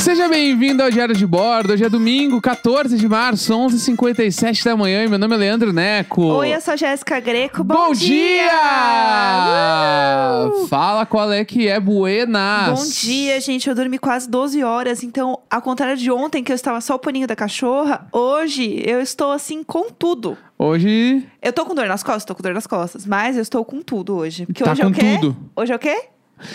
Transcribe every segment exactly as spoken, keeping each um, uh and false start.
Seja bem-vindo ao Diário de Bordo. Hoje é domingo, quatorze de março, onze e cinquenta e sete da manhã. E meu nome é Leandro Neco. Oi, eu sou a Jéssica Greco. Bom, Bom dia! dia! Uh! Fala qual é que é buenas. Bom dia, gente. Eu dormi quase doze horas. Então, ao contrário de ontem, que eu estava só o paninho da cachorra, hoje eu estou assim com tudo. Hoje... Eu tô com dor nas costas? Tô com dor nas costas. Mas eu estou com tudo hoje. Porque Tá hoje com é o quê? tudo. Hoje é o quê?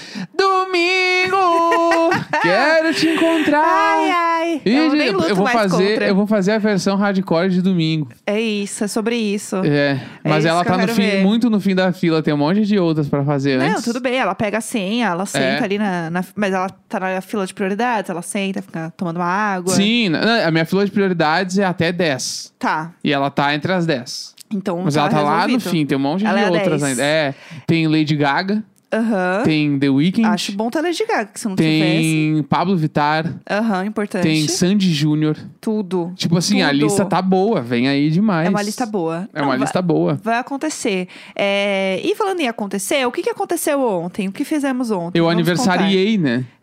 Domingo! Quero te encontrar! Ai, ai. Ih, eu nem luto eu vou mais fazer, contra. eu vou fazer a versão hardcore de domingo. É isso, é sobre isso. É, mas isso ela que eu tá no quero fim, ver. muito no fim da fila. Tem um monte de outras pra fazer Não, antes. tudo bem, ela pega a senha, ela senta É. ali na, na... Mas ela tá na fila de prioridades, ela senta, fica tomando uma água. Sim, na- a minha fila de prioridades é até dez. Tá, E ela tá entre as dez. então Mas tá ela tá lá no resolvido. fim, tem um monte Ela de é a outras dez. ainda. É, tem Lady Gaga, Aham. tem The Weeknd, Acho bom ter Lady Gaga, que se não tivesse. tem Pablo Vittar, Aham, importante. tem Sandy Júnior. Tudo. Tipo assim, a Tudo. lista tá boa, vem aí demais. É uma lista boa. É Não, uma vai- lista boa. Vai acontecer. É, E falando em acontecer, o que, que aconteceu ontem? O que fizemos ontem? Eu Vamos aniversariei, né? contar.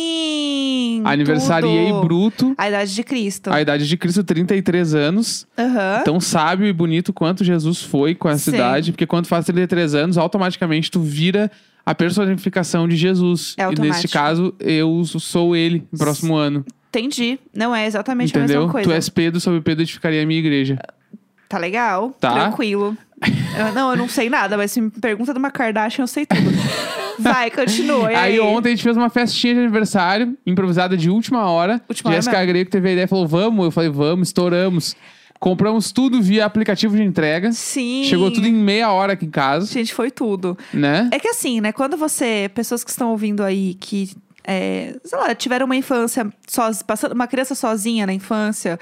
Sim! Aniversariei tudo. bruto. A idade de Cristo. A idade de Cristo, trinta e três anos. Aham. Tão sábio e bonito quanto Jesus foi com essa Sim. idade. Porque quando faz trinta e três anos, automaticamente tu vira a personificação de Jesus. É e automático. neste caso, eu sou ele no próximo ano. Entendi. Não é exatamente a Entendeu? mesma coisa. Tu és Pedro, sobre Pedro edificaria a minha igreja. Tá legal? Tá. Tranquilo. Eu- não, eu não sei nada, mas se me pergunta de uma Kardashian, eu sei tudo. Vai, continua. E Aí, aí ontem a gente fez uma festinha de aniversário, improvisada de última hora. Última hora Jéssica mesmo. Greco teve a ideia e falou, vamos. Eu falei, vamos, estouramos. Compramos tudo via aplicativo de entrega. Sim. Chegou tudo em meia hora aqui em casa, Gente, foi tudo. né? É que assim, né? Quando você... Pessoas que estão ouvindo aí que... É, sei lá, tiveram uma infância soz, passando uma criança sozinha na infância,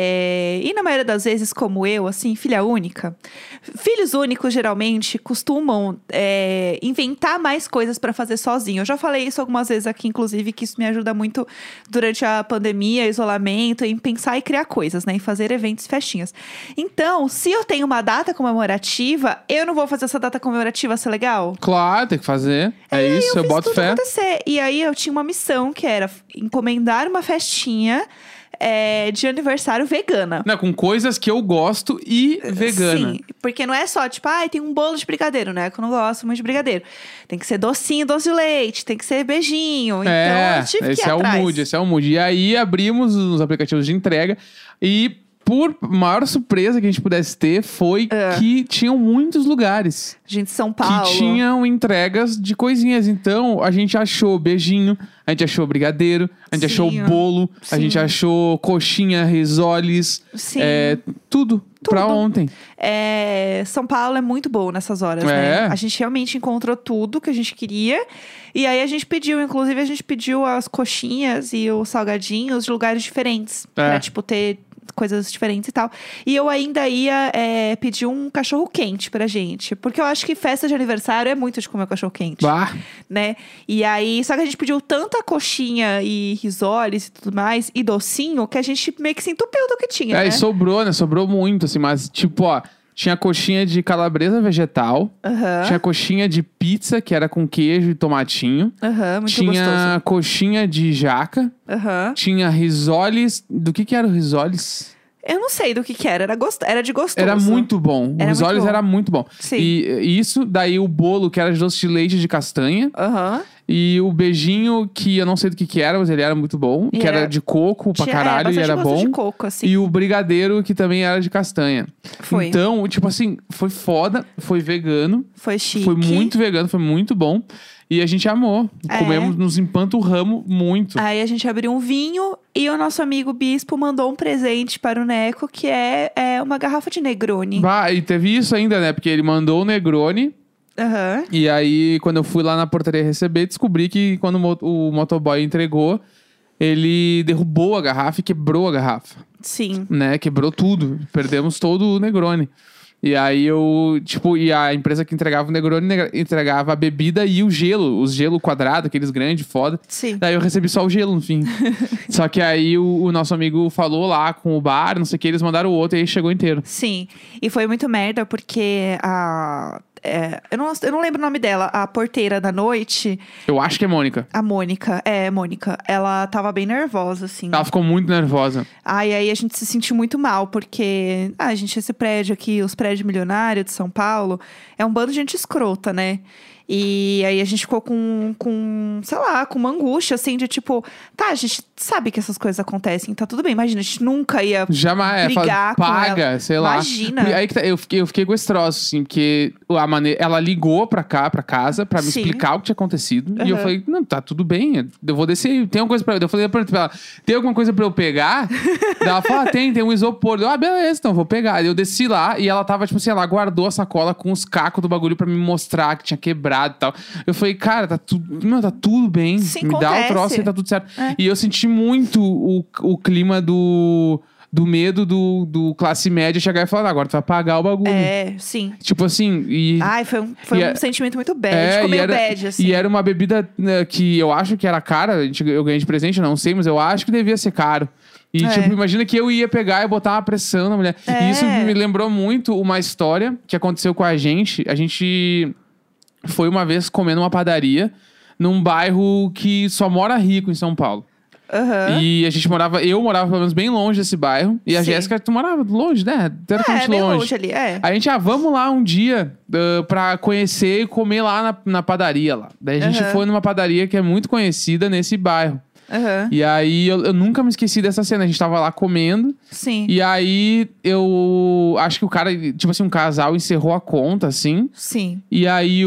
é, e na maioria das vezes, como eu, assim, filha única. Filhos únicos, geralmente, costumam é, inventar mais coisas pra fazer sozinho. Eu já falei isso algumas vezes aqui, inclusive, que isso me ajuda muito durante a pandemia, isolamento, em pensar e criar coisas, né? Em fazer eventos e festinhas. Então, se eu tenho uma data comemorativa, eu não vou fazer essa data comemorativa ser legal? Claro, tem que fazer. É isso, eu, fiz boto tudo fé. acontecer. E aí eu tinha uma missão que era encomendar uma festinha é, de aniversário vegana. Não, com coisas que eu gosto e vegana. Sim, porque não é só, tipo, ai, tem um bolo de brigadeiro, né? Que eu não gosto muito de brigadeiro. Tem que ser docinho, doce de leite, tem que ser beijinho. É, então, eu tive esse que ir é atrás. o mood, esse é o mood. E aí abrimos os aplicativos de entrega e por maior surpresa que a gente pudesse ter foi É. que tinham muitos lugares Gente, São Paulo. que tinham entregas de coisinhas. Então a gente achou beijinho, a gente achou brigadeiro, a gente Sim. achou bolo, a Sim. gente achou coxinha, risoles, Sim. é, tudo, pra Tudo. ontem. É, São Paulo é muito bom nessas horas, É. né? A gente realmente encontrou tudo que a gente queria. E aí a gente pediu, inclusive a gente pediu as coxinhas e os salgadinhos de lugares diferentes. É. Pra, tipo, ter coisas diferentes e tal. E eu ainda ia é, pedir um cachorro quente pra gente. Porque eu acho que festa de aniversário é muito de comer cachorro quente. Bah, Né? E aí, só que a gente pediu tanta coxinha e risoles e tudo mais, e docinho, que a gente meio que se entupiu do que tinha, é, né? e sobrou, né? Sobrou muito, assim, mas tipo, ó, tinha coxinha de calabresa vegetal, Aham, tinha coxinha de pizza, que era com queijo e tomatinho, aham, muito tinha gostoso. coxinha de jaca, Aham. tinha risoles. Do que que era o risoles? Eu não sei do que que era, era, gost... era de gostoso. Era muito bom. Era o risoles muito bom. era muito bom. Sim. E e isso, daí o bolo, que era de doce de leite de castanha. Aham. E o beijinho, que eu não sei do que que era, mas ele era muito bom. E que era, era- de coco pra Tinha- caralho é, e bastante era gosto bom. de coco, assim. E o brigadeiro, que também era de castanha. Foi. Então, tipo assim, foi foda, foi vegano. Foi chique. Foi muito vegano, foi muito bom. E a gente amou. É. Comemos, nos empanturramos muito. Aí a gente abriu um vinho e o nosso amigo Bispo mandou um presente para o Neco, que é, é uma garrafa de Negroni. Bah, e teve isso ainda, né? Porque ele mandou o Negroni. Aham. E aí, quando eu fui lá na portaria receber, descobri que quando o, mo- o motoboy entregou, ele derrubou a garrafa e quebrou a garrafa, Sim. né? Quebrou tudo. Perdemos todo o Negroni. E aí eu, tipo, e a empresa que entregava o Negroni negra- entregava a bebida e o gelo, os gelo quadrado, aqueles grandes, foda. Sim. Daí eu recebi só o gelo no fim. Só que aí o, o nosso amigo falou lá com o bar, não sei o que, eles mandaram o outro e aí chegou inteiro. Sim. E foi muito merda porque a é, eu, não, eu não lembro o nome dela, a porteira da noite, Eu acho que é Mônica. a Mônica, é, Mônica, ela tava bem nervosa, assim. Ela ficou muito nervosa. Ai, aí a gente se sentiu muito mal, porque, ah, gente, esse prédio aqui, os prédios milionários de São Paulo, é um bando de gente escrota, né? E aí a gente ficou com, com, sei lá, com uma angústia, assim, de tipo, tá, a gente sabe que essas coisas acontecem, tá tudo bem. Imagina, a gente nunca ia Jamais. é, brigar fala, com paga, ela. sei lá. Imagina. E aí que tá, eu, fiquei, eu fiquei com esse troço, assim, porque a maneira, ela ligou pra cá, pra casa, pra me Sim. explicar o que tinha acontecido. E eu Aham. falei, não, tá tudo bem, eu vou descer, tem alguma coisa pra eu. Eu falei pra ela, tem alguma coisa pra eu pegar? Daí ela falou, ah, tem, tem um isopor. Eu, ah, beleza, então vou pegar. Aí eu desci lá e ela tava, tipo assim, ela guardou a sacola com os cacos do bagulho pra me mostrar que tinha quebrado e tal. Eu falei, cara, tá tudo, não, tá tudo bem. Sim, me dá o acontece. troço e tá tudo certo. É. E eu senti muito o, o clima do, do medo do, do classe média chegar e falar, agora tu vai pagar o bagulho. É, sim. Tipo assim, e... Ai, foi um, foi E um é- sentimento muito bad, é, ficou e meio era, bad, assim. e era uma bebida né, que eu acho que era cara, a gente- eu ganhei de presente, não sei, mas eu acho que devia ser caro. E, É. tipo, imagina que eu ia pegar e botar uma pressão na mulher. É. E isso me lembrou muito uma história que aconteceu com a gente. A gente foi uma vez comer numa padaria num bairro que só mora rico em São Paulo. Aham. E a gente morava, eu morava pelo menos bem longe desse bairro. E a Sim. Jéssica, tu morava longe, né? Teoricamente É, bem longe. longe ali, é. A gente, ah, vamos lá um dia uh, pra conhecer e comer lá na, na padaria lá. Daí a gente Aham. foi numa padaria que é muito conhecida nesse bairro. Aham. E aí eu, eu nunca me esqueci dessa cena. A gente tava lá comendo. Sim. E aí eu acho que o cara, tipo assim, um casal encerrou a conta, assim. Sim. E aí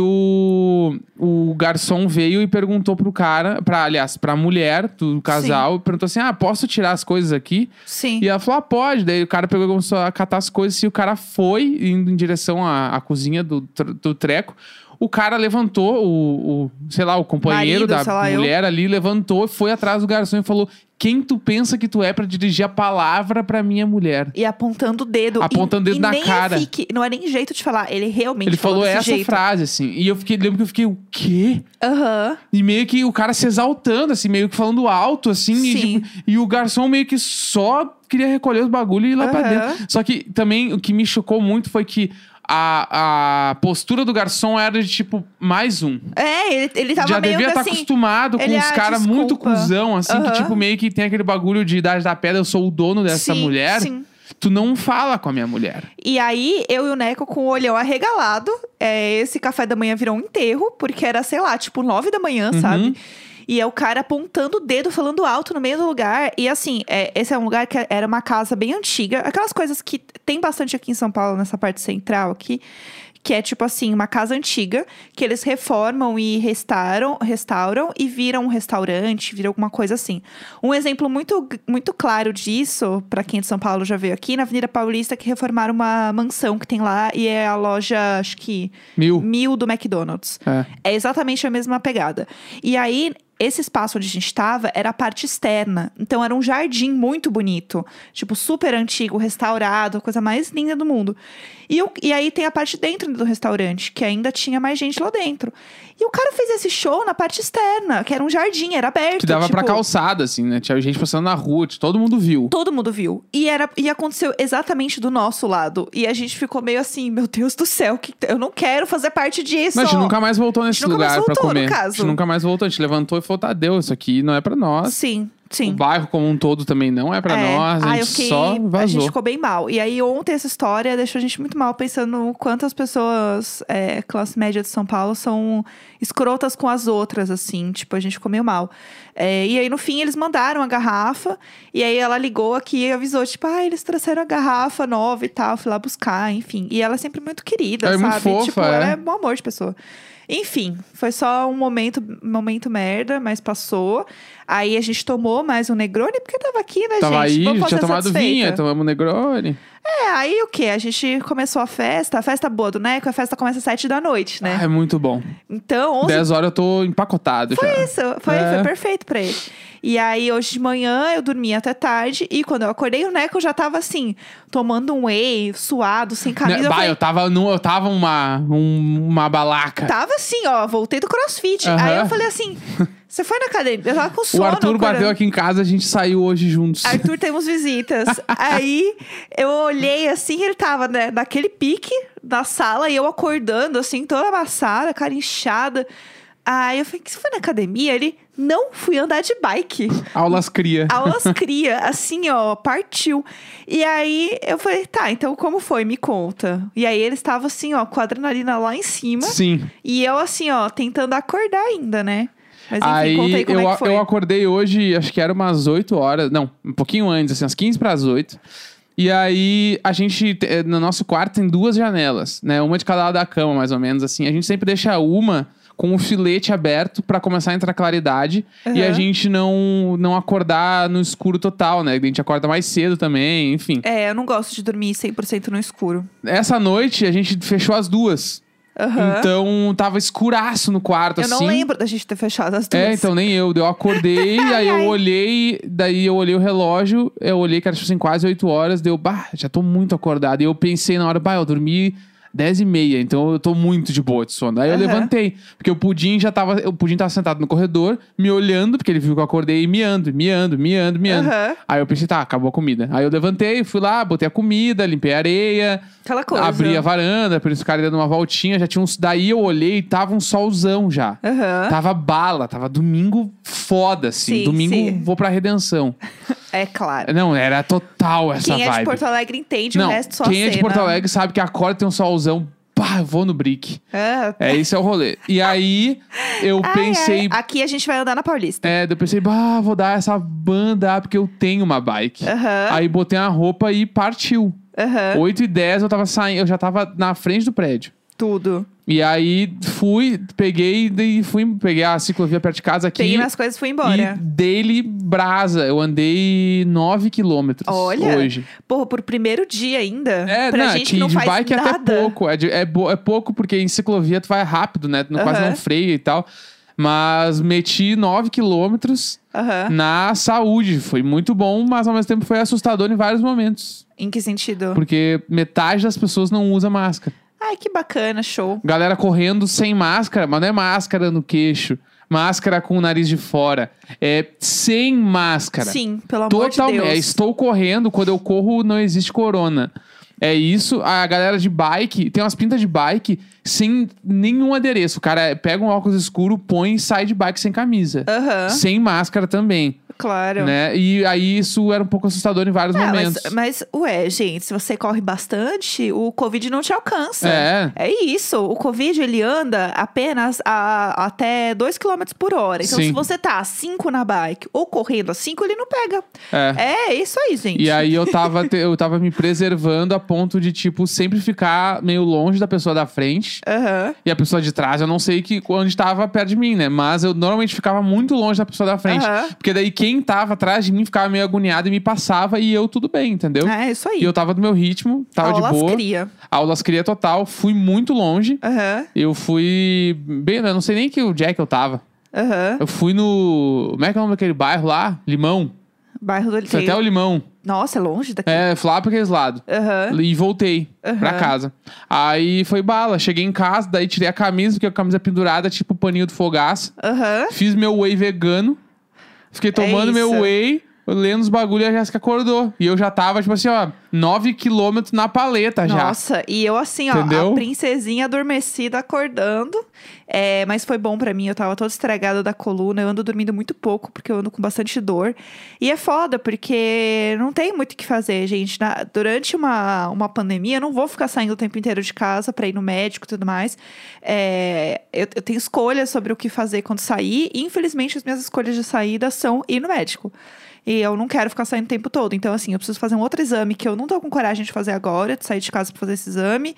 o, o garçom veio e perguntou pro cara, pra, aliás, pra mulher do casal, perguntou assim: ah, posso tirar as coisas aqui? Sim. E ela falou, ah, pode. Daí o cara pegou e começou a catar as coisas. E o cara foi indo em direção à, à cozinha do, tr- do treco. O cara levantou, o, o sei lá, o companheiro Marido, sei da lá, eu. mulher ali levantou, foi atrás do garçom e falou: quem tu pensa que tu é pra dirigir a palavra pra minha mulher? E apontando o dedo. Apontando o e, dedo e na nem cara. É fique, não é nem jeito de falar, ele realmente Ele falou desse essa jeito. frase, assim. E eu fiquei, lembro que eu fiquei, o quê? Aham. E meio que o cara se exaltando, assim, meio que falando alto, assim. E, Sim. tipo, e o garçom meio que só queria recolher os bagulhos e ir lá pra Aham. dentro. Só que também o que me chocou muito foi que a, a postura do garçom era de tipo, mais um. É, ele, ele tava Já meio devia que estar assim... acostumado com ele, os ah, caras muito desculpa. cuzão, assim, Aham. que tipo, meio que tem aquele bagulho de idade da pedra, eu sou o dono dessa Sim, mulher. sim. Tu não fala com a minha mulher. E aí, eu e o Neco com o olhão arregalado. É, esse café da manhã virou um enterro, porque era, sei lá, tipo nove da manhã, Uhum. sabe? E é o cara apontando o dedo, falando alto no meio do lugar. E assim, é, esse é um lugar que era uma casa bem antiga. Aquelas coisas que tem bastante aqui em São Paulo, nessa parte central aqui. Que é tipo assim, uma casa antiga, que eles reformam e restauram, restauram e viram um restaurante, viram alguma coisa assim. Um exemplo muito, muito claro disso, pra quem é de São Paulo já veio aqui, na Avenida Paulista, que reformaram uma mansão que tem lá e é a loja, acho que, Mil. Mil do McDonald's. É. É exatamente a mesma pegada. E aí, esse espaço onde a gente estava era a parte externa. Então, era um jardim muito bonito. Tipo, super antigo, restaurado, a coisa mais linda do mundo. E, o- e aí, tem a parte dentro do restaurante, que ainda tinha mais gente lá dentro. E o cara fez esse show na parte externa, que era um jardim, era aberto. Que dava tipo, pra calçada, assim, né? Tinha gente passando na rua, todo mundo viu. Todo mundo viu. E, era, e aconteceu exatamente do nosso lado. E a gente ficou meio assim, meu Deus do céu, que, eu não quero fazer parte disso. Mas a gente nunca mais voltou nesse nunca mais lugar pra voltou, no comer. caso. A gente nunca mais voltou. A gente levantou e falou, tá, deu, isso aqui não é pra nós. Sim, O sim. bairro como um todo também não é pra É. nós. A Ah, gente eu fiquei, só A gente vazou. ficou bem mal. E aí, ontem, essa história deixou a gente muito mal, pensando no quanto as pessoas, é, classe média de São Paulo, são escrotas com as outras, assim. Tipo, a gente ficou meio mal. É, e aí, no fim, eles mandaram a garrafa. E aí, ela ligou aqui e avisou, tipo, ah, eles trouxeram a garrafa nova e tal. Fui lá buscar, enfim. E ela é sempre muito querida, Ela é sabe? muito fofa, tipo, é. ela é bom amor de pessoa. Enfim, foi só um momento, momento merda, mas passou. Aí a gente tomou mais um Negroni, porque tava aqui, né, Tava gente? aí, Vamos já tinha fazer tomado satisfeita. vinho, tomamos Negroni. É, aí o quê? A gente começou a festa, a festa boa do Neco, a festa começa às sete da noite, né? Ah, é muito bom. Então, onze... dez horas eu tô empacotado já. Foi isso, foi, É. foi perfeito pra ele. E aí, hoje de manhã, eu dormi até tarde. E quando eu acordei, o Neco já tava assim, tomando um whey, suado, sem camisa. Né, eu bah, falei, eu tava, num, eu tava uma, um- uma balaca. tava assim, ó, voltei do crossfit. Aham. Aí eu falei assim, você foi na academia? Eu tava com sono. O Arthur acordando. bateu aqui em casa, a gente saiu hoje juntos. Arthur, temos visitas. Aí eu olhei assim, ele tava né, naquele pique, na sala e eu acordando, assim, toda amassada, cara inchada. Aí eu falei, que você foi na academia? Ele, não, fui andar de bike. Aulas cria. Aulas cria, assim, ó, partiu. E aí eu falei, tá, então como foi? Me conta. E aí ele estava assim, ó, com a adrenalina lá em cima. Sim. E eu assim, ó, tentando acordar ainda, né? Mas enfim, aí conta aí como eu, é que foi. eu acordei hoje, acho que era umas oito horas. Não, um pouquinho antes, assim, umas quinze para as oito. E aí, a gente, no nosso quarto tem duas janelas, né? Uma de cada lado da cama, mais ou menos, assim. A gente sempre deixa uma com o filete aberto pra começar a entrar claridade. Uhum. E a gente não, não acordar no escuro total, né? A gente acorda mais cedo também, enfim. É, eu não gosto de dormir cem por cento no escuro. Essa noite, a gente fechou as duas. Uhum. Então, tava escuraço no quarto, eu assim. Eu não lembro da gente ter fechado as duas. É, então nem eu. Eu acordei, aí eu ai. olhei, daí eu olhei o relógio, eu olhei que era tipo assim, quase oito horas, deu, bah, já tô muito acordado. E eu pensei na hora, bah, eu dormi dez e meia, então eu tô muito de boa de sono. Aí eu Uhum. levantei, porque o Pudim já tava, o Pudim tava sentado no corredor, me olhando, porque ele viu que eu acordei, miando, miando, miando, miando. Uhum. Aí eu pensei, tá, acabou a comida. Aí eu levantei, fui lá, botei a comida, limpei a areia, Aquela coisa. abri a varanda, pra eles ficarem dando uma voltinha, já tinha uns... Daí eu olhei e tava um solzão já. Uhum. Tava bala, tava domingo foda, assim. Sim, domingo sim. vou pra redenção. É claro. Não, era total essa Quem vibe. é de Porto Alegre entende, Não, o resto só quem é de cena. Porto Alegre sabe que acorda tem um solzão, pá, eu vou no brick. Ah, É, esse é o rolê. E aí, eu ai, pensei... ai. Aqui a gente vai andar na Paulista. É, daí eu pensei, bah, vou dar essa banda porque eu tenho uma bike. Aham. Aí botei a roupa e partiu. Aham. oito e dez eu tava saindo, eu já tava na frente do prédio. Tudo. E aí fui, peguei e fui, peguei a ciclovia perto de casa aqui. Peguei minhas coisas e fui embora. E dei-lhe brasa. Eu andei nove quilômetros Olha. hoje. Porra, por primeiro dia ainda. É, pra não, gente que que não de faz bike é nada. até pouco. É, de- é, bo- é pouco porque em ciclovia tu vai rápido, né? Tu não, quase Aham. não freia e tal. Mas meti nove quilômetros Aham. na saúde. Foi muito bom, mas ao mesmo tempo foi assustador em vários momentos. Em que sentido? Porque metade das pessoas não usa máscara. Ai, que bacana, show. Galera correndo sem máscara, mas não é máscara no queixo. Máscara com o nariz de fora. É sem máscara. Sim, pelo amor Totalmente. de É, Deus. estou correndo, quando eu corro não existe corona. É isso, a galera de bike, tem umas pintas de bike sem nenhum adereço. O cara pega um óculos escuro, põe e sai de bike sem camisa. Aham, Sem máscara também, claro. né? E aí isso era um pouco assustador em vários Ah, momentos. mas, mas, ué, gente, se você corre bastante, o Covid não te alcança. É. É isso. O Covid, ele anda apenas a, até dois quilômetros por hora. Então, Sim. se você tá a cinco na bike ou correndo a cinco, ele não pega. É. É isso aí, gente. E aí eu tava, te- eu tava me preservando a ponto de, tipo, sempre ficar meio longe da pessoa da frente. Aham. E a pessoa de trás, eu não sei que, onde tava perto de mim, né? Mas eu normalmente ficava muito longe da pessoa da frente. Aham. Porque daí quem tava atrás de mim ficava meio agoniado e me passava e eu tudo bem, entendeu? É isso aí. E eu tava do meu ritmo, tava Aulas de boa. cria. Aulas cria total. Fui muito longe. Aham. Eu fui... Bem, eu não sei nem que o Jack eu tava. Aham. Eu fui no... Como é que é o nome daquele bairro lá? Limão. Bairro do Fui Tem- até o Limão. Nossa, é longe daqui. É, fui lá pra aqueles lados. Aham. E voltei pra Aham. casa. Aí foi bala. Cheguei em casa, daí tirei a camisa, porque a camisa é pendurada, tipo o paninho do fogaço. Aham. Fiz meu whey vegano. Fiquei tomando meu isso. whey, lendo os bagulho e a Jéssica acordou. E eu já tava, tipo assim, ó, nove quilômetros na paleta já. Nossa, e eu assim, ó, Entendeu? a princesinha adormecida acordando. É, mas foi bom pra mim, eu tava toda estragada da coluna, eu ando dormindo muito pouco, porque eu ando com bastante dor. E é foda, porque não tem muito o que fazer, gente. Na- durante uma, uma pandemia, eu não vou ficar saindo o tempo inteiro de casa pra ir no médico e tudo mais. É, eu, eu tenho escolhas sobre o que fazer quando sair, e infelizmente as minhas escolhas de saída são ir no médico. E eu não quero ficar saindo o tempo todo. Então, assim, eu preciso fazer um outro exame que eu não tô com coragem de fazer agora, de sair de casa pra fazer esse exame.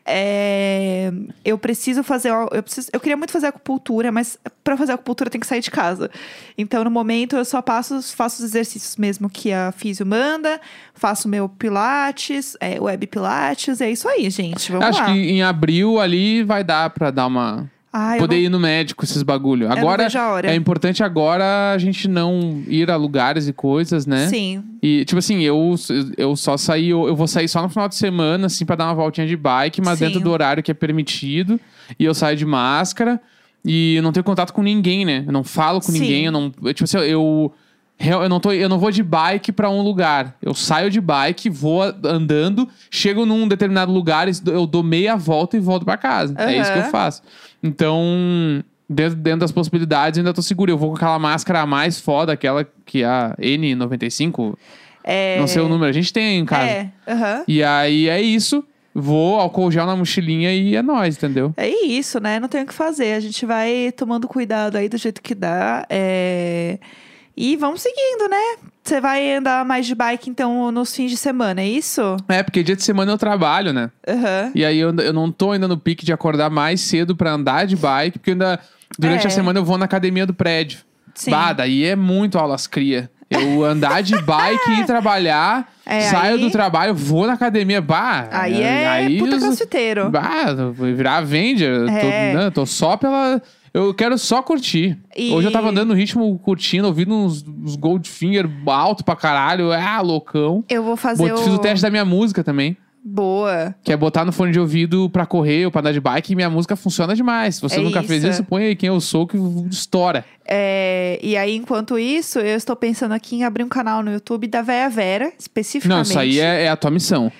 É, Eu preciso fazer. Eu, preciso, eu queria muito fazer acupuntura, mas pra fazer acupuntura tem que sair de casa. Então, no momento, eu só passo, faço os exercícios mesmo que a Físio manda, faço meu Pilates, é, web Pilates, é isso aí, gente. Vamos Acho lá. que em abril ali vai dar pra dar uma... Ah, eu Poder não- ir no médico, esses bagulho. não Agora, vejo a hora. é importante agora a gente não ir a lugares e coisas, né? Sim. E, tipo assim, eu, eu só saí, eu, eu vou sair só no final de semana, assim, pra dar uma voltinha de bike, mas Sim. dentro do horário que é permitido. E eu saio de máscara e eu não tenho contato com ninguém, né? Eu não falo com Sim. ninguém, eu não. eu, Tipo assim, eu. Real- Eu não, tô, eu não vou de bike pra um lugar. Eu saio de bike, vou a- andando, chego num determinado lugar, eu dou meia volta e volto pra casa. É isso que eu Aham. faço. Então, dentro, dentro das possibilidades, eu ainda tô seguro. Eu vou com aquela máscara mais foda, aquela que é a N noventa e cinco. É... Não sei o número, a gente tem em casa. É, aham. E aí é isso. Vou, álcool gel na mochilinha e é nóis, entendeu? É isso, né? Não tem o que fazer. A gente vai tomando cuidado aí do jeito que dá. É... E vamos seguindo, né? Você vai andar mais de bike, então, nos fins de semana, é isso? É, porque dia de semana eu trabalho, né? Aham. E aí eu, eu não tô ainda no pique de acordar mais cedo pra andar de bike, porque eu ainda, durante É. a semana eu vou na academia do prédio. Sim. Bah, daí é muito aulas cria. Eu andar de bike e ir trabalhar, É, saio aí- do trabalho, vou na academia, bah. Aí é puta os- crossfiteiro. Bah, vou virar Avenger. Eu Tô, É. não, tô só pela... Eu quero só curtir. E- Hoje eu tava andando no ritmo, curtindo, ouvindo uns, uns Goldfinger alto pra caralho. Ah, loucão. Eu vou fazer Bot- o... Fiz o teste da minha música também. Boa. Que é botar no fone de ouvido pra correr ou pra andar de bike e minha música funciona demais. Se você É nunca fez isso. isso, põe aí quem eu sou que estoura. É, e aí, enquanto isso, eu estou pensando aqui em abrir um canal no YouTube da Véia Vera, especificamente. Não, isso aí é, é a tua missão.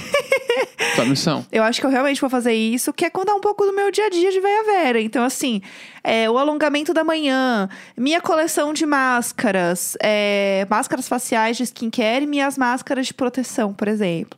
Tua missão. Eu acho que eu realmente vou fazer isso, que é contar um pouco do meu dia a dia de Véia Vera. Então, assim, é, o alongamento da manhã, minha coleção de máscaras, é, máscaras faciais de skincare e minhas máscaras de proteção, por exemplo.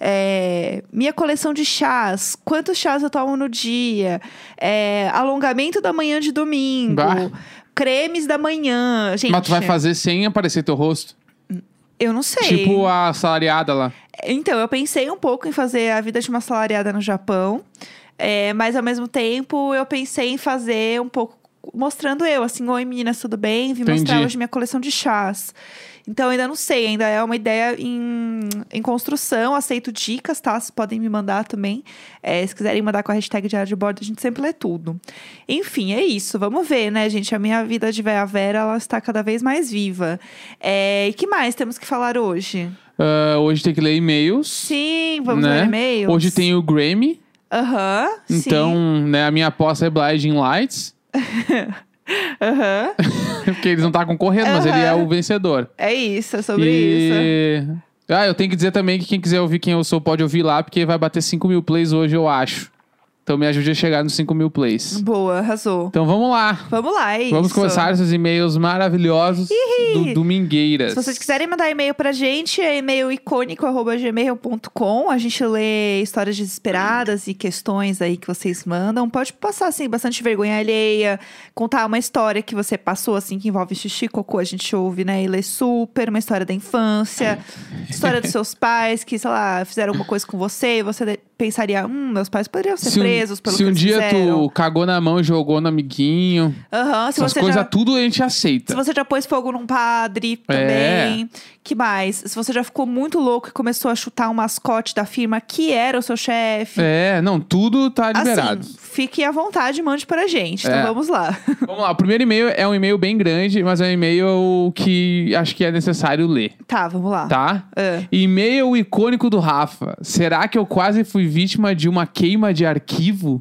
É, minha coleção de chás, quantos chás eu tomo no dia, é, alongamento da manhã de domingo, Bah. cremes da manhã. Gente, Mas tu vai fazer sem aparecer teu rosto? eu não sei. Tipo a salariada lá. Então, eu pensei um pouco em fazer a vida de uma salariada no Japão, é, mas ao mesmo tempo eu pensei em fazer um pouco mostrando eu, assim, oi meninas, tudo bem? Vim Entendi. mostrar hoje minha coleção de chás. Então, ainda não sei, ainda é uma ideia em, em construção, aceito dicas, tá? Vocês podem me mandar também. É, se quiserem mandar com a hashtag Diário de Bordo, a gente sempre lê tudo. Enfim, é isso. Vamos ver, né, gente? A minha vida de Véia Vera, ela está cada vez mais viva. É, e que mais temos que falar hoje? Ah, hoje tem que ler e-mails. Sim, vamos né? ler e-mails? Hoje tem o Grammy. Aham, sim. Então, né, a minha aposta é Blinding Lights. Aham. Porque eles não tá concorrendo, mas ele é Aham. o vencedor. É isso, é sobre isso. e... Ah, eu tenho que dizer também que quem quiser ouvir quem eu sou pode ouvir lá, porque vai bater cinco mil plays hoje, eu acho. Então me ajude a chegar nos cinco mil plays. Boa, arrasou. Então vamos lá. Vamos lá, é Vamos isso. começar esses e-mails maravilhosos do Domingueiras. Se vocês quiserem mandar e-mail pra gente, é e-mail icônico arroba gmail ponto com. A gente lê histórias desesperadas e questões aí que vocês mandam. Pode passar, assim, bastante vergonha alheia. Contar uma história que você passou, assim, que envolve xixi, cocô. A gente ouve, né? E lê super. Uma história da infância. História dos seus pais que, sei lá, fizeram alguma coisa com você. E você pensaria, hum, meus pais poderiam ser Se um, presos pelo se que um eles dia fizeram. tu cagou na mão e jogou no amiguinho, Aham, se essas você coisas já... tudo a gente aceita. Se você já pôs fogo num padre também. Que mais? Se você já ficou muito louco e começou a chutar um mascote da firma que era o seu chefe. É, não, tudo tá liberado. Assim, fique à vontade e mande pra gente. É. Então vamos lá. Vamos lá, o primeiro e-mail é um e-mail bem grande, mas é um e-mail que acho que é necessário ler, Tá, vamos lá. tá? Ah. E-mail icônico do Rafa. Será que eu quase fui vítima de uma queima de arquivo?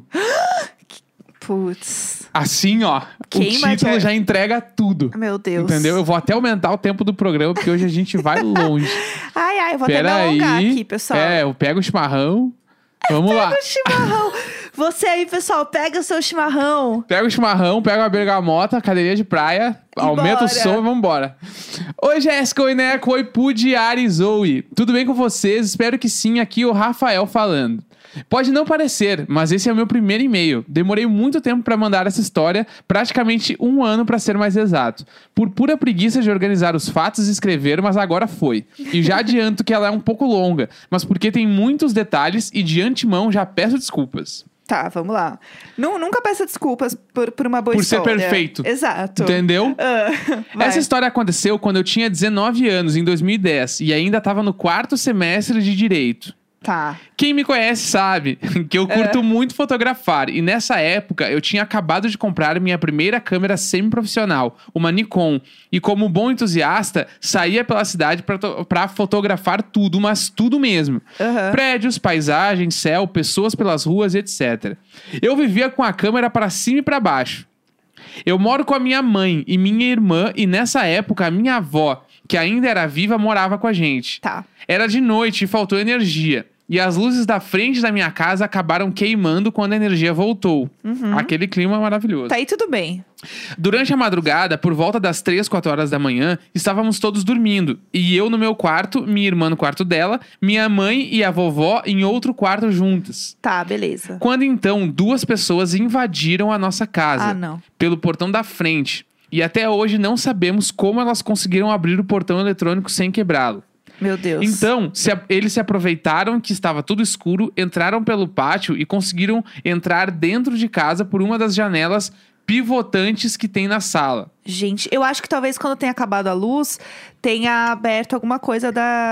Putz. Assim, ó. Queima o de título ar- já entrega tudo. Meu Deus. Entendeu? Eu vou até aumentar o tempo do programa, porque hoje a gente vai longe. Ai, ai, vou até Pera me alongar aí. aqui, pessoal. É, eu pego o chimarrão. Vamos lá. Pega o chimarrão. Você aí, pessoal, pega o seu chimarrão. Pega o chimarrão, pega a bergamota, cadeirinha de praia, E aumenta bora. o som e vambora. Oi, Jéssica, oi, Neco, oi, Pudi, Ari, Zoe. Tudo bem com vocês? Espero que sim. Aqui é o Rafael falando. Pode não parecer, mas esse é o meu primeiro e-mail. Demorei muito tempo pra mandar essa história, praticamente um ano pra ser mais exato. Por pura preguiça de organizar os fatos e escrever, mas agora foi. E já adianto que ela é um pouco longa, mas porque tem muitos detalhes e de antemão já peço desculpas. Tá, vamos lá. Nu- nunca peça desculpas por, por uma boa Por ser história. perfeito. Exato. Entendeu? Ah, vai. Essa história aconteceu quando eu tinha dezenove anos, em dois mil e dez, e ainda estava no quarto semestre de Direito. Tá. Quem me conhece sabe que eu curto muito fotografar, e nessa época eu tinha acabado de comprar minha primeira câmera semi-profissional, uma Nikon, e como bom entusiasta, saía pela cidade pra to- pra fotografar tudo, mas tudo mesmo. Aham. Prédios, paisagens, céu, pessoas pelas ruas, etcétera. Eu vivia com a câmera para cima e para baixo. Eu moro com a minha mãe e minha irmã, e nessa época a minha avó, que ainda era viva, morava com a gente. Tá. Era de noite e faltou energia. E as luzes da frente da minha casa acabaram queimando quando a energia voltou. Uhum. Aquele clima maravilhoso. Tá aí tudo bem. Durante a madrugada, por volta das três, quatro horas da manhã, estávamos todos dormindo. E eu no meu quarto, minha irmã no quarto dela, minha mãe e a vovó em outro quarto juntas. Tá, beleza. Quando então, duas pessoas invadiram a nossa casa. Ah, não. Pelo portão da frente. E até hoje não sabemos como elas conseguiram abrir o portão eletrônico sem quebrá-lo. Meu Deus. Então, se a, eles se aproveitaram que estava tudo escuro, entraram pelo pátio e conseguiram entrar dentro de casa por uma das janelas pivotantes que tem na sala. Gente, eu acho que talvez quando tenha acabado a luz, tenha aberto alguma coisa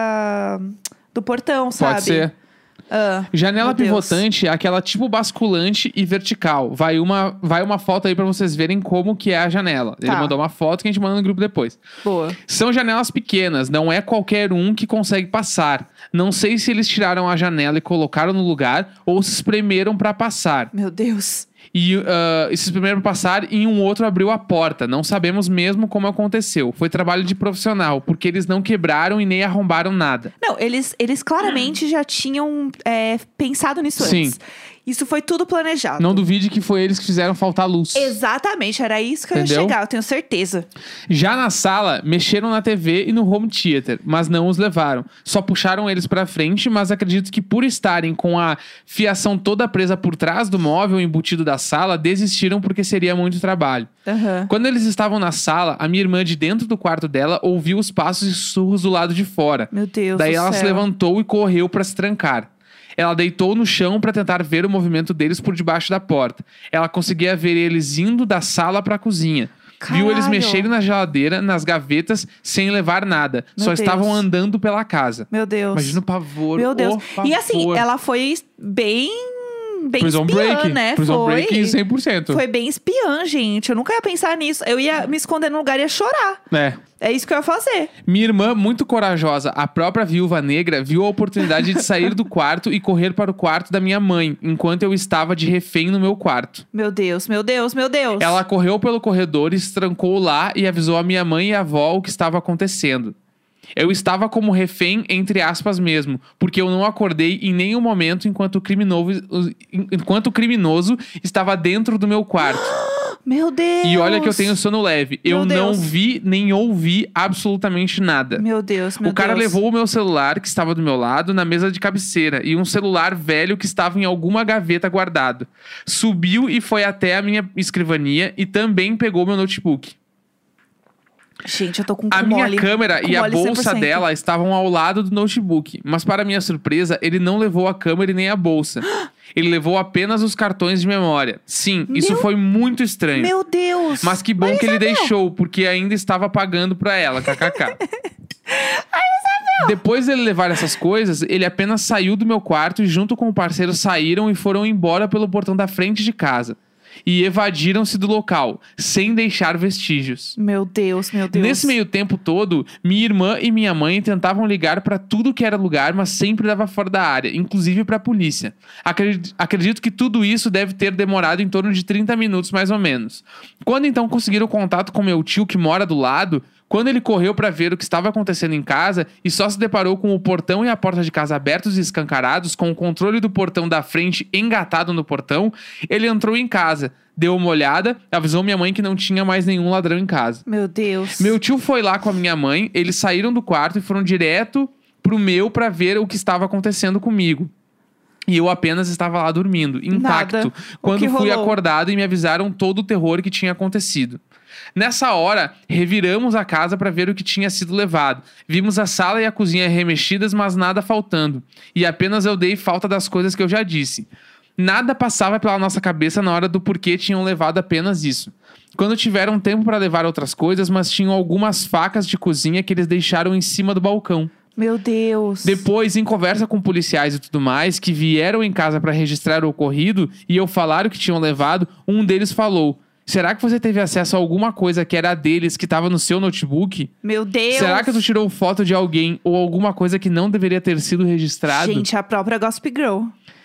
da do portão, sabe? Pode ser. Ah, Janela meu Deus. pivotante é aquela tipo basculante e vertical. Vai uma, vai uma foto aí pra vocês verem como que é a janela. Ele Tá. mandou uma foto que a gente manda no grupo depois. Boa. São janelas pequenas, não é qualquer um que consegue passar. Não sei se eles tiraram a janela e colocaram no lugar ou se espremeram pra passar. Meu Deus. E uh, esses primeiros passaram e um outro abriu a porta. Não sabemos mesmo como aconteceu. Foi trabalho de profissional, porque eles não quebraram e nem arrombaram nada. Não, eles, eles claramente já tinham é, pensado nisso Sim. antes. Isso foi tudo planejado. Não duvide que foi eles que fizeram faltar luz. Exatamente, era isso que eu Entendeu? ia chegar, eu tenho certeza. Já na sala, mexeram na T V e no home theater, mas não os levaram. Só puxaram eles pra frente, mas acredito que por estarem com a fiação toda presa por trás do móvel embutido da sala, desistiram porque seria muito trabalho. Aham. Quando eles estavam na sala, a minha irmã de dentro do quarto dela ouviu os passos e sussurros do lado de fora. Meu Deus Daí do ela céu. se levantou e correu pra se trancar. Ela deitou no chão pra tentar ver o movimento deles por debaixo da porta. Ela conseguia ver eles indo da sala pra cozinha. Viu eles Caralho. mexerem na geladeira, nas gavetas, sem levar nada. Meu Só Deus. estavam andando pela casa. Meu Deus. Imagina o pavor. Meu Deus. o E assim, pavor. ela foi bem. Bem Prison espiã, Break. né? Prison foi. Break cem por cento. Foi bem espiã, gente. Eu nunca ia pensar nisso. Eu ia me esconder num lugar e ia chorar. É. É isso que eu ia fazer. Minha irmã, muito corajosa, a própria viúva negra, viu a oportunidade de sair do quarto e correr para o quarto da minha mãe, enquanto eu estava de refém no meu quarto. Meu Deus, meu Deus, meu Deus. Ela correu pelo corredor e se trancou lá e avisou a minha mãe e a avó o que estava acontecendo. Eu estava como refém, entre aspas mesmo, porque eu não acordei em nenhum momento enquanto o criminoso, enquanto o criminoso estava dentro do meu quarto. Meu Deus. E olha que eu tenho sono leve. Meu eu não Deus. vi nem ouvi absolutamente nada. Meu Deus, meu O cara Deus. levou o meu celular, que estava do meu lado, na mesa de cabeceira, e um celular velho que estava em alguma gaveta guardado. Subiu e foi até a minha escrivania e também pegou meu notebook. Gente, eu tô com A cu minha mole. câmera Com e a mole bolsa cem por cento. dela estavam ao lado do notebook. Mas para minha surpresa, ele não levou a câmera e nem a bolsa. Ele levou apenas os cartões de memória. Sim, isso Meu- foi muito estranho. Meu Deus. Mas que bom que ele deixou, porque ainda estava pagando pra ela, kkk. Depois dele levar essas coisas, ele apenas saiu do meu quarto e junto com o parceiro saíram e foram embora pelo portão da frente de casa. E evadiram-se do local, sem deixar vestígios. Meu Deus, meu Deus. Nesse meio tempo todo, minha irmã e minha mãe tentavam ligar pra tudo que era lugar, mas sempre dava fora da área, inclusive pra polícia. Acredito, acredito que tudo isso deve ter demorado em torno de trinta minutos, mais ou menos. Quando então conseguiram contato com meu tio, que mora do lado, quando ele correu pra ver o que estava acontecendo em casa e só se deparou com o portão e a porta de casa abertos e escancarados, com o controle do portão da frente engatado no portão, ele entrou em casa, deu uma olhada, avisou minha mãe que não tinha mais nenhum ladrão em casa. Meu Deus. Meu tio foi lá com a minha mãe, eles saíram do quarto e foram direto pro meu pra ver o que estava acontecendo comigo. E eu apenas estava lá dormindo, intacto, Nada. O quando que fui rolou? acordado e me avisaram todo o terror que tinha acontecido. Nessa hora, reviramos a casa para ver o que tinha sido levado. Vimos a sala e a cozinha remexidas, mas nada faltando. E apenas eu dei falta das coisas que eu já disse. Nada passava pela nossa cabeça na hora do porquê tinham levado apenas isso. Quando tiveram tempo para levar outras coisas, mas tinham algumas facas de cozinha que eles deixaram em cima do balcão. Meu Deus. Depois, em conversa com policiais e tudo mais, que vieram em casa para registrar o ocorrido e eu falar o que tinham levado, um deles falou: será que você teve acesso a alguma coisa que era deles que estava no seu notebook? Meu Deus. Será que tu tirou foto de alguém ou alguma coisa que não deveria ter sido registrado? Gente, a própria Gossip Girl.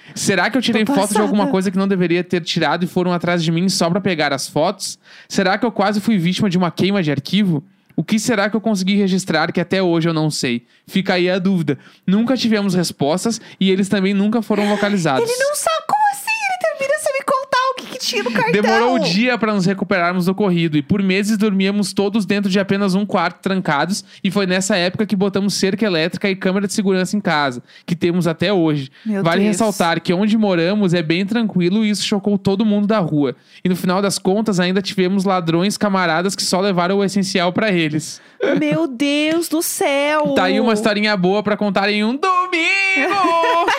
Será que eu tirei Tô foto de alguma passada. coisa que não deveria ter tirado e foram atrás de mim só pra pegar as fotos? Será que eu quase fui vítima de uma queima de arquivo? O que será que eu consegui registrar que até hoje eu não sei? Fica aí a dúvida. Nunca tivemos respostas e eles também nunca foram localizados. Ele não sabe como assim. Ele termina sem me contar o que, que tinha no cartão. Demorou um dia pra nos recuperarmos do ocorrido e por meses dormíamos todos dentro de apenas um quarto trancados e foi nessa época que botamos cerca elétrica e câmera de segurança em casa, que temos até hoje. Meu Vale Deus. ressaltar que onde moramos é bem tranquilo e isso chocou todo mundo da rua. E no final das contas ainda tivemos ladrões camaradas que só levaram o essencial pra eles. Meu Deus do céu. Tá aí uma historinha boa pra contar em um domingo!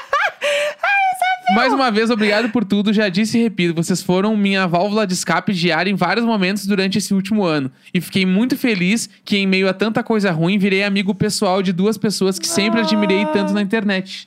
Mais uma vez, obrigado por tudo. Já disse e repito, vocês foram minha válvula de escape diária em vários momentos durante esse último ano. E fiquei muito feliz que, em meio a tanta coisa ruim, virei amigo pessoal de duas pessoas que sempre admirei tanto na internet.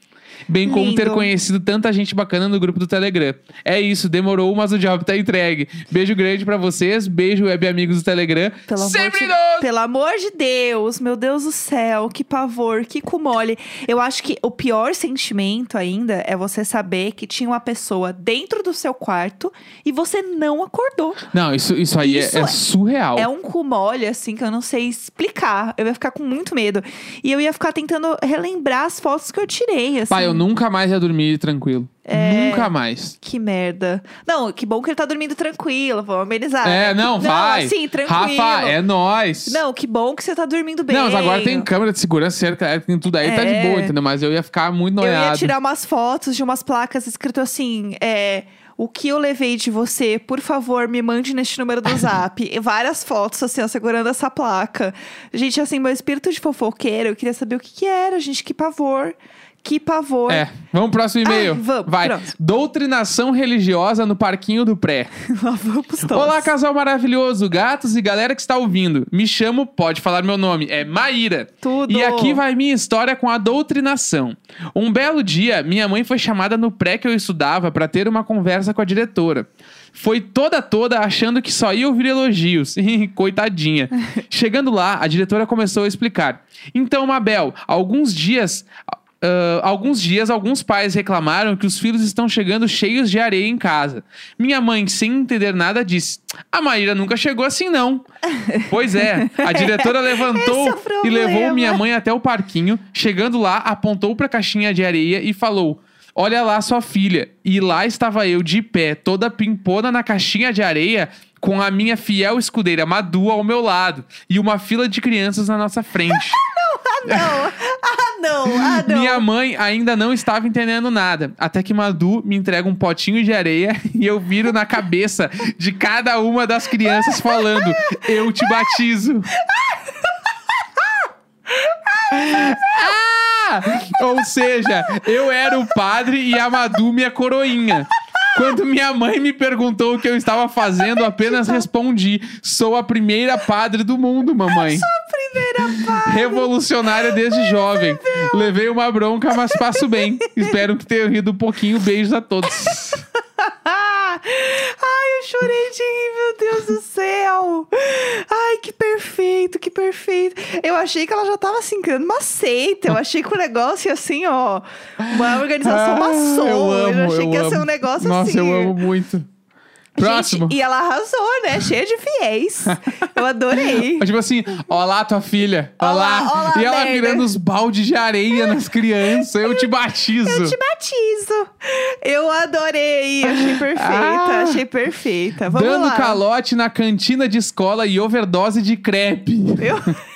Bem como Lindo. ter conhecido tanta gente bacana no grupo do Telegram. É isso, demorou, mas o job tá entregue. Beijo grande pra vocês, beijo web amigos do Telegram. Pelo amor, sempre de, nós! pelo amor de Deus, meu Deus do céu, que pavor, que cu mole. Eu acho que o pior sentimento ainda é você saber que tinha uma pessoa dentro do seu quarto e você não acordou. Não, isso, isso aí Isso é, é é- surreal. É um cu mole, assim, que eu não sei explicar. Eu ia ficar com muito medo. E eu ia ficar tentando relembrar as fotos que eu tirei, assim. Pai, eu nunca mais ia dormir tranquilo. Nunca mais. Que merda. Não, que bom que ele tá dormindo tranquilo, vamos amenizar. É, né? não, vai. Assim, tranquilo. Rafa, é nóis. Não, que bom que você tá dormindo bem. Não, mas agora tem câmera de segurança, cerca, tem tudo aí, tá de É. boa, entendeu? Mas eu ia ficar muito Eu noiado. ia tirar umas fotos de umas placas escrito assim, é... O que eu levei de você, por favor, me mande neste número do zap. E várias fotos, assim, ó, segurando essa placa. Gente, assim, meu espírito de fofoqueiro, eu queria saber o que que era, gente. Que pavor. Que pavor. É, vamos pro próximo e-mail. Ai, vamos, Vai. próximo. Doutrinação religiosa no parquinho do pré. Lá vamos todos. Olá, casal maravilhoso, gatos e galera que está ouvindo. Me chamo, pode falar meu nome, é Maíra. Tudo. E aqui vai minha história com a doutrinação. Um belo dia, minha mãe foi chamada no pré que eu estudava para ter uma conversa com a diretora. Foi toda toda achando que só ia ouvir elogios. Coitadinha. Chegando lá, a diretora começou a explicar. Então, Mabel, alguns dias... Uh, alguns dias, alguns pais reclamaram que os filhos estão chegando cheios de areia em casa. Minha mãe, sem entender nada, disse: a Maíra nunca chegou assim, não. Pois é, a diretora levantou Esse é o problema. e levou minha mãe até o parquinho. Chegando lá, apontou para a caixinha de areia e falou: olha lá sua filha. E lá estava eu de pé, toda pimpona na caixinha de areia, com a minha fiel escudeira Madu ao meu lado e uma fila de crianças na nossa frente. Ah, não. Ah, não. Ah, não. Minha mãe ainda não estava entendendo nada. Até que Madu me entrega um potinho de areia e eu viro na cabeça de cada uma das crianças falando: eu te batizo. Ah! Ou seja, eu era o padre e a Madu minha coroinha. Quando minha mãe me perguntou o que eu estava fazendo, apenas respondi: sou a primeira padre do mundo, mamãe. Primeira parte. Revolucionária desde jovem. Levei uma bronca, mas passo bem. Espero que tenham rido um pouquinho. Beijos a todos. Ai, eu chorei de rir, meu Deus do céu. Ai, que perfeito, que perfeito. Eu achei que ela já tava assim, criando uma seita. Eu achei que o negócio ia assim, ó, uma organização Ah, maçom. eu amo, eu achei eu que ia amo. ser um negócio Nossa, assim. eu amo muito. Próximo. Gente, e ela arrasou, né? Cheia de fiéis. Eu adorei. Tipo assim, ó lá tua filha. Ó Ó lá. lá, ó lá, E ela merda. virando os baldes de areia nas crianças. Eu te batizo. Eu te batizo. Eu adorei. Achei perfeita. Ah. Achei perfeita. Vamos Dando lá. calote na cantina de escola e overdose de crepe. Eu...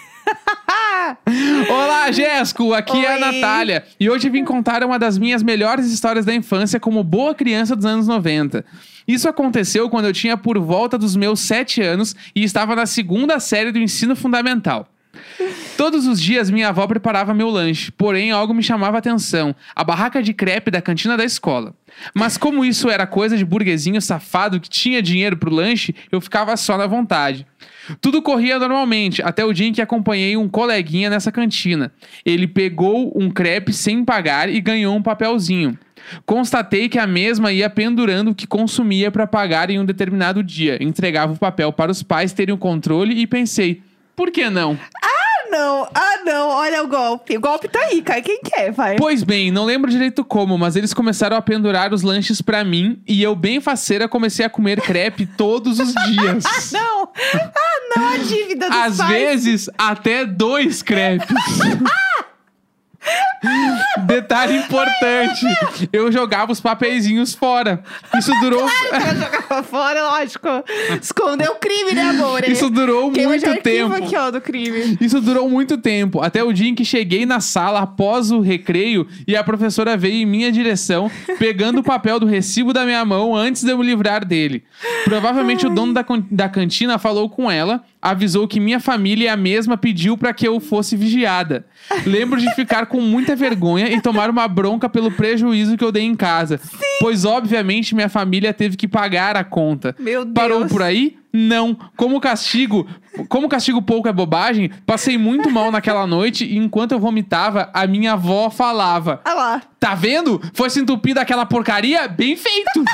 Olá, Jéssico! Aqui é a Oi. Natália. E hoje vim contar uma das minhas melhores histórias da infância como boa criança dos anos noventa. Isso aconteceu quando eu tinha por volta dos meus sete anos e estava na segunda série do ensino fundamental. Todos os dias minha avó preparava meu lanche, porém algo me chamava a atenção: a barraca de crepe da cantina da escola. Mas como isso era coisa de burguesinho safado que tinha dinheiro pro lanche, eu ficava só na vontade. Tudo corria normalmente, até o dia em que acompanhei um coleguinha nessa cantina. Ele pegou um crepe sem pagar e ganhou um papelzinho. Constatei que a mesma ia pendurando o que consumia para pagar em um determinado dia. Entregava o papel para os pais terem o controle e pensei: por que não? não, ah não, olha o golpe. O golpe tá aí, cara. Quem quer, vai? Pois bem, não lembro direito como, mas eles começaram a pendurar os lanches pra mim e eu, bem faceira, comecei a comer crepe todos os dias. Não, ah não, a dívida dos Às pais. vezes, até dois crepes. Detalhe importante, eu jogava os papeizinhos fora. Isso durou... Ela jogava fora, lógico. Escondeu o crime, né, amor? Isso durou Queima de muito arquivo tempo. aqui, ó, do crime. Isso durou muito tempo, até o dia em que cheguei na sala após o recreio e a professora veio em minha direção, pegando o papel do recibo da minha mão antes de eu me livrar dele. Provavelmente Ai. o dono da, con- da cantina falou com ela, avisou que minha família é a mesma, pediu pra que eu fosse vigiada. Lembro de ficar com muita vergonha e tomar uma bronca pelo prejuízo que eu dei em casa. Sim. Pois, obviamente, minha família teve que pagar a conta. Meu Deus. Parou por aí? Não. Como castigo, como castigo pouco é bobagem, passei muito mal naquela noite e enquanto eu vomitava, a minha avó falava: Olha lá. tá vendo? Foi se entupir daquela porcaria? Bem feito!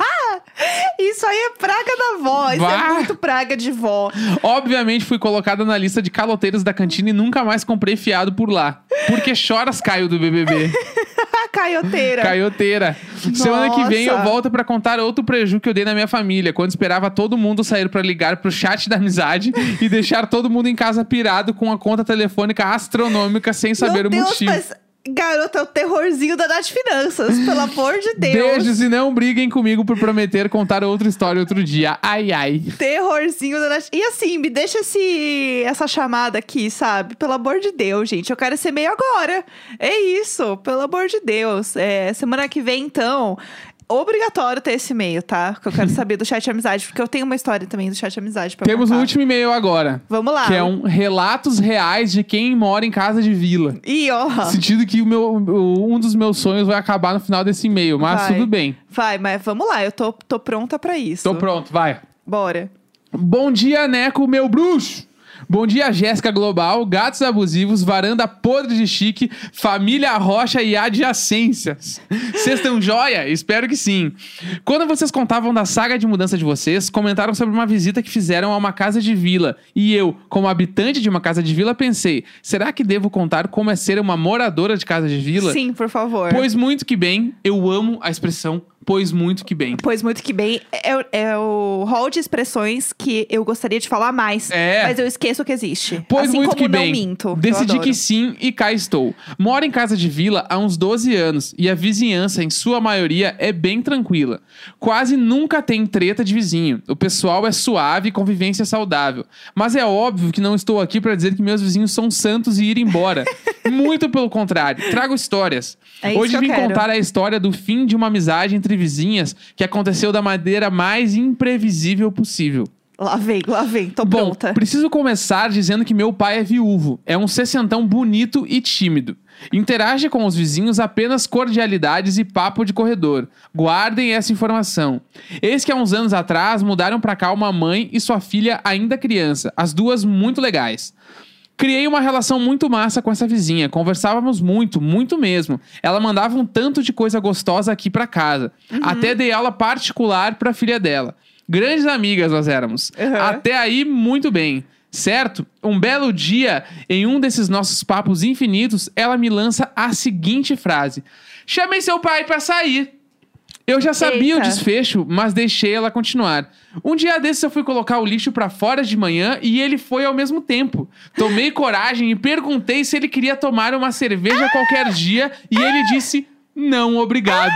Isso aí é praga da vó. Isso Bah. é muito praga de vó. Obviamente fui colocada na lista de caloteiros da cantina e nunca mais comprei fiado por lá. Porque choras, Caio do B B B. Caioteira. Caioteira. Semana que vem eu Nossa. volto pra contar outro prejuízo que eu dei na minha família, quando esperava todo mundo sair pra ligar pro chat da amizade e deixar todo mundo em casa pirado com a conta telefônica astronômica sem saber Meu o Deus, motivo. mas, garota, é o terrorzinho da Nath Finanças. Pelo amor de Deus. Beijos e não briguem comigo por prometer contar outra história outro dia. Ai, ai. Terrorzinho da Nath. E assim, me deixa esse, essa chamada aqui, sabe? Pelo amor de Deus, gente. Eu quero esse e-mail agora. É isso, pelo amor de Deus. É, semana que vem, então... Obrigatório ter esse e-mail, tá? Que eu quero saber do Chat Amizade, porque eu tenho uma história também do Chat Amizade pra Temos o contar. último e-mail agora. Vamos lá. Que é um relatos reais de quem mora em casa de vila. Ih, ó. No sentido que o meu, o- um dos meus sonhos vai acabar no final desse e-mail, mas Vai. tudo bem. Vai, mas vamos lá. Eu tô, tô pronta pra isso. Tô pronto, vai. Bora. Bom dia, Neco, meu bruxo! Bom dia, Jéssica Global, gatos abusivos, varanda podre de chique, família Rocha e adjacências. Vocês estão joia? Espero que sim. Quando vocês contavam da saga de mudança de vocês, comentaram sobre uma visita que fizeram a uma casa de vila. E eu, como habitante de uma casa de vila, pensei, será que devo contar como é ser uma moradora de casa de vila? Sim, por favor. Pois muito que bem, eu amo a expressão pois muito que bem. Pois muito que bem. É, é o hall de expressões que eu gostaria de falar mais. É. Mas eu esqueço que existe. Pois assim muito como que não bem. minto. Eu Decidi adoro. que sim e cá estou. Moro em casa de vila há uns doze anos e a vizinhança, em sua maioria, é bem tranquila. Quase nunca tem treta de vizinho. O pessoal é suave e convivência saudável. Mas é óbvio que não estou aqui para dizer que meus vizinhos são santos e ir embora. Muito pelo contrário. Trago histórias. É isso Hoje que eu vim quero. contar a história do fim de uma amizade entre vizinhas que aconteceu da maneira mais imprevisível possível. Lá vem, lá vem. Tô Bom, pronta. preciso começar dizendo que meu pai é viúvo. É um sessentão bonito e tímido. Interage com os vizinhos apenas cordialidades e papo de corredor. Guardem essa informação. Eis que há uns anos atrás mudaram pra cá uma mãe e sua filha ainda criança. As duas muito legais. Criei uma relação muito massa com essa vizinha. Conversávamos muito, muito mesmo. Ela mandava um tanto de coisa gostosa aqui pra casa. Até dei aula particular pra filha dela. Grandes amigas nós éramos. Uhum. Até aí, muito bem. Certo? Um belo dia, em um desses nossos papos infinitos, ela me lança a seguinte frase: chamei seu pai pra sair. Eu já sabia Eita. o desfecho, mas deixei ela continuar. Um dia desses eu fui colocar o lixo pra fora de manhã e ele foi ao mesmo tempo. Tomei coragem e perguntei se ele queria tomar uma cerveja qualquer dia e ele disse, não, obrigado.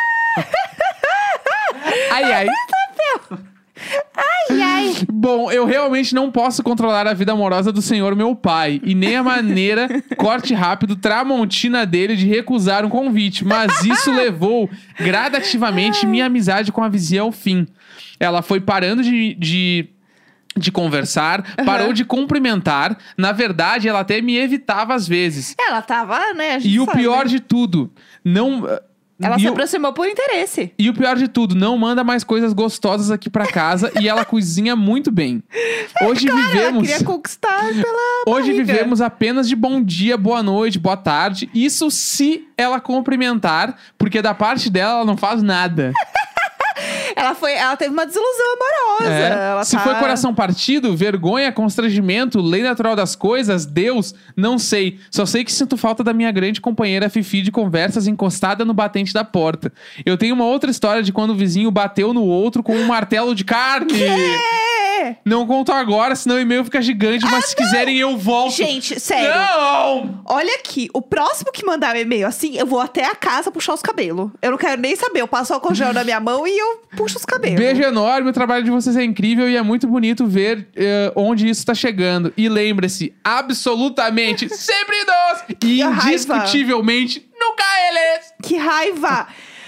Ai, ai. Ai, ai. Bom, eu realmente não posso controlar a vida amorosa do senhor meu pai. E nem a maneira, corte rápido, tramontina dele de recusar um convite. Mas isso levou gradativamente minha amizade com a vizinha ao fim. Ela foi parando de... de de conversar, Uhum. parou de cumprimentar. Na verdade, ela até me evitava às vezes. Ela tava, né? A gente E o sabe. pior de tudo, não... Ela e se o- aproximou por interesse. E o pior de tudo, não manda mais coisas gostosas aqui pra casa e ela cozinha muito bem. Hoje Ela vivemos... queria conquistar pela Hoje barriga. vivemos apenas de bom dia, boa noite, boa tarde. Isso se ela cumprimentar, porque da parte dela ela não faz nada. Ela, foi, ela teve uma desilusão amorosa. É. Ela Se tá... foi coração partido, vergonha, constrangimento, lei natural das coisas, Deus, não sei. Só sei que sinto falta da minha grande companheira Fifi de conversas encostada no batente da porta. Eu tenho uma outra história de quando o vizinho bateu no outro com um martelo de carne. É. Não conto agora, senão o e-mail fica gigante, mas Ah, se quiserem eu volto. Gente, sério. Não! Olha aqui, o próximo que mandar um e-mail assim, eu vou até a casa puxar os cabelos. Eu não quero nem saber, eu passo álcool gel na minha mão e eu puxo os cabelos. Beijo enorme, o trabalho de vocês é incrível e é muito bonito ver eh, onde isso tá chegando. E lembre-se, absolutamente, sempre nós e raiva. indiscutivelmente, nunca eles. Que raiva!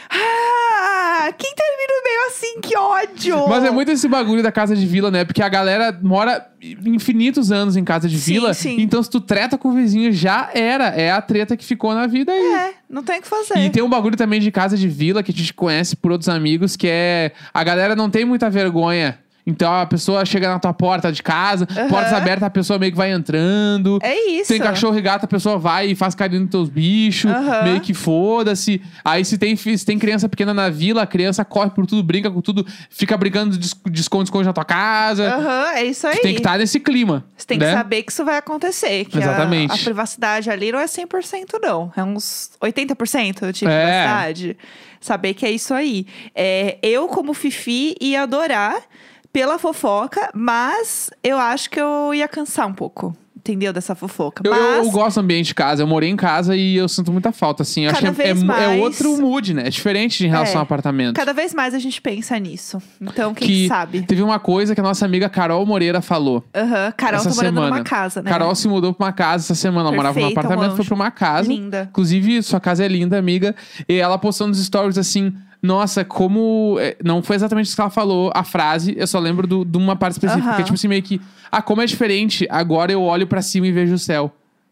Ah, quem termina o e-mail assim? Que ódio! Mas é muito esse bagulho da casa de vila, né? Porque a galera mora infinitos anos em casa de Sim, vila. sim. Então se tu treta com o vizinho, já era. É a treta que ficou na vida aí. É, não tem o que fazer. E tem um bagulho também de casa de vila que a gente conhece por outros amigos, que é... A galera não tem muita vergonha. Então a pessoa chega na tua porta de casa, Uhum. portas abertas, a pessoa meio que vai entrando. É isso. Tem cachorro e gato, a pessoa vai e faz carinho nos teus bichos, Uhum. meio que foda-se. Aí se tem, fi- se tem criança pequena na vila, a criança corre por tudo, brinca com tudo, fica brincando de es- de esconde-esconde na tua casa. Aham, é isso aí. Tu tem que estar nesse clima. Você tem né? que saber que isso vai acontecer. Que a- Exatamente. A, privacidade ali não é cem por cento, não. É uns oitenta por cento de É. privacidade. Saber que é isso aí. É, eu, como Fifi, ia adorar pela fofoca, mas eu acho que eu ia cansar um pouco. Entendeu? Dessa fofoca. Eu, mas... eu, eu gosto do ambiente de casa. Eu morei em casa e eu sinto muita falta, assim. Eu Cada acho que é, vez é, é mais- outro mood, né? É diferente em relação É. ao apartamento. Cada vez mais a gente pensa nisso. Então, quem que sabe? Teve uma coisa que a nossa amiga Carol Moreira falou. Aham, Carol essa tá morando semana. numa casa, né? Carol se mudou pra uma casa essa semana. Ela morava num Perfeita, um apartamento, foi anjo. pra uma casa. Linda. Inclusive, sua casa é linda, amiga. E ela postou nos stories assim... Nossa, como... é, Não foi exatamente isso que ela falou, a frase. Eu só lembro do- de uma parte específica. Aham. Que é tipo assim, meio que... Ah, como é diferente. Agora eu olho pra cima e vejo o céu.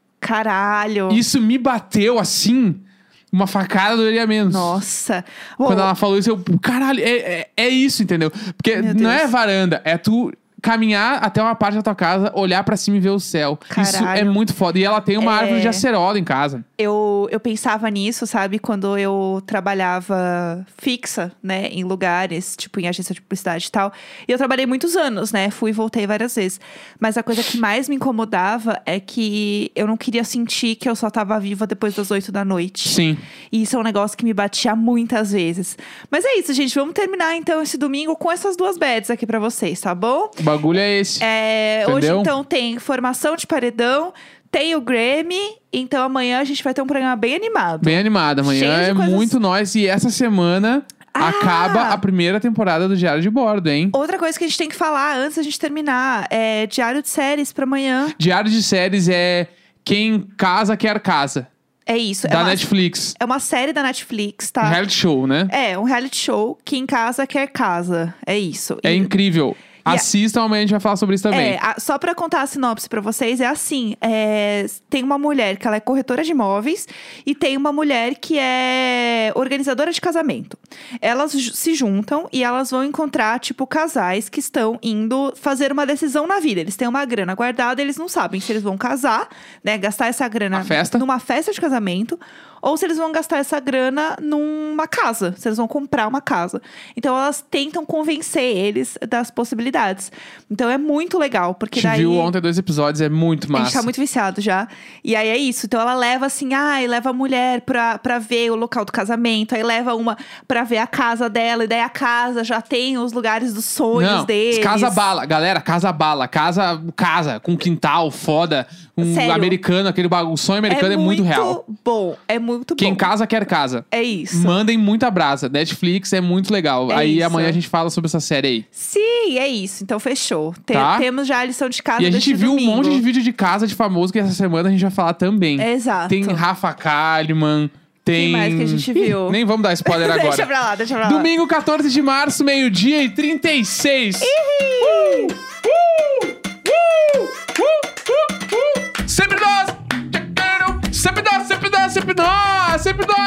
Caralho. Isso me bateu, assim... Uma facada doeria menos. Nossa. Quando Uou. ela falou isso, eu... Caralho, é, é, é isso, entendeu? Porque Meu não Deus. é varanda. É tu... Caminhar até uma parte da tua casa, olhar pra cima e ver o céu. Isso é Caralho. muito foda. E ela tem uma É. árvore de acerola em casa. Eu, eu pensava nisso, sabe? Quando eu trabalhava fixa, né? Em lugares, tipo em agência de publicidade e tal. E eu trabalhei muitos anos, né? Fui e voltei várias vezes. Mas a coisa que mais me incomodava é que eu não queria sentir que eu só tava viva depois das oito da noite. Sim. E isso é um negócio que me batia muitas vezes. Mas é isso, gente. Vamos terminar então esse domingo com essas duas bets aqui pra vocês, tá bom? O bagulho é esse. É, hoje, Entendeu? então, tem formação de paredão, tem o Grammy. Então, amanhã a gente vai ter um programa bem animado. Bem animada. Amanhã Cheio de é coisas- muito nós. E essa semana Ah! acaba a primeira temporada do Diário de Bordo, hein? Outra coisa que a gente tem que falar antes da gente terminar é diário de séries pra amanhã. Diário de séries é Quem Casa Quer Casa. É isso. Da é, uma, Netflix. é uma série da Netflix, tá? Reality show, né? É, um reality show que em casa quer casa. É isso. É E- incrível. a- Assistam, amanhã a gente vai falar sobre isso também. É, a- só pra contar a sinopse pra vocês, é assim: é, tem uma mulher que ela é corretora de imóveis e tem uma mulher que é organizadora de casamento. Elas ju- se juntam e elas vão encontrar, tipo, casais que estão indo fazer uma decisão na vida. Eles têm uma grana guardada, eles não sabem se eles vão casar, né? Gastar essa grana Uma festa. numa festa de casamento. Ou se eles vão gastar essa grana numa casa. Se eles vão comprar uma casa. Então, elas tentam convencer eles das possibilidades. Então, é muito legal. A Porque gente daí... viu ontem dois episódios, é muito A massa. gente tá muito viciado já. E aí é isso. Então ela leva assim, ai, leva a mulher pra, pra ver o local do casamento. Aí leva uma pra ver a casa dela. E daí a casa já tem os lugares dos sonhos Não, deles. casa bala. Galera, casa bala. Casa, casa com quintal, foda. Um Sério. americano, aquele bagulho. O sonho americano é, muito real. bom. É muito Quem bom. casa quer casa. É isso. Mandem muita brasa. Netflix é muito legal. É aí isso. amanhã a gente fala sobre essa série aí. Sim, é isso. Então fechou. Te- Tá. Temos já a lição de casa E a gente deste viu domingo. um monte de vídeo de casa de famoso que essa semana a gente vai falar também. Exato. Tem Rafa Kalimann, tem... Quem mais que a gente viu? Ih, nem vamos dar spoiler agora. Deixa pra lá, deixa pra lá. Domingo, quatorze de março, meio-dia e trinta e seis. Ih! Uh! Uh! Uh! Uh! Uh! Sempre nós! Sempre nós, sempre nós, sempre nós! Sempre nós!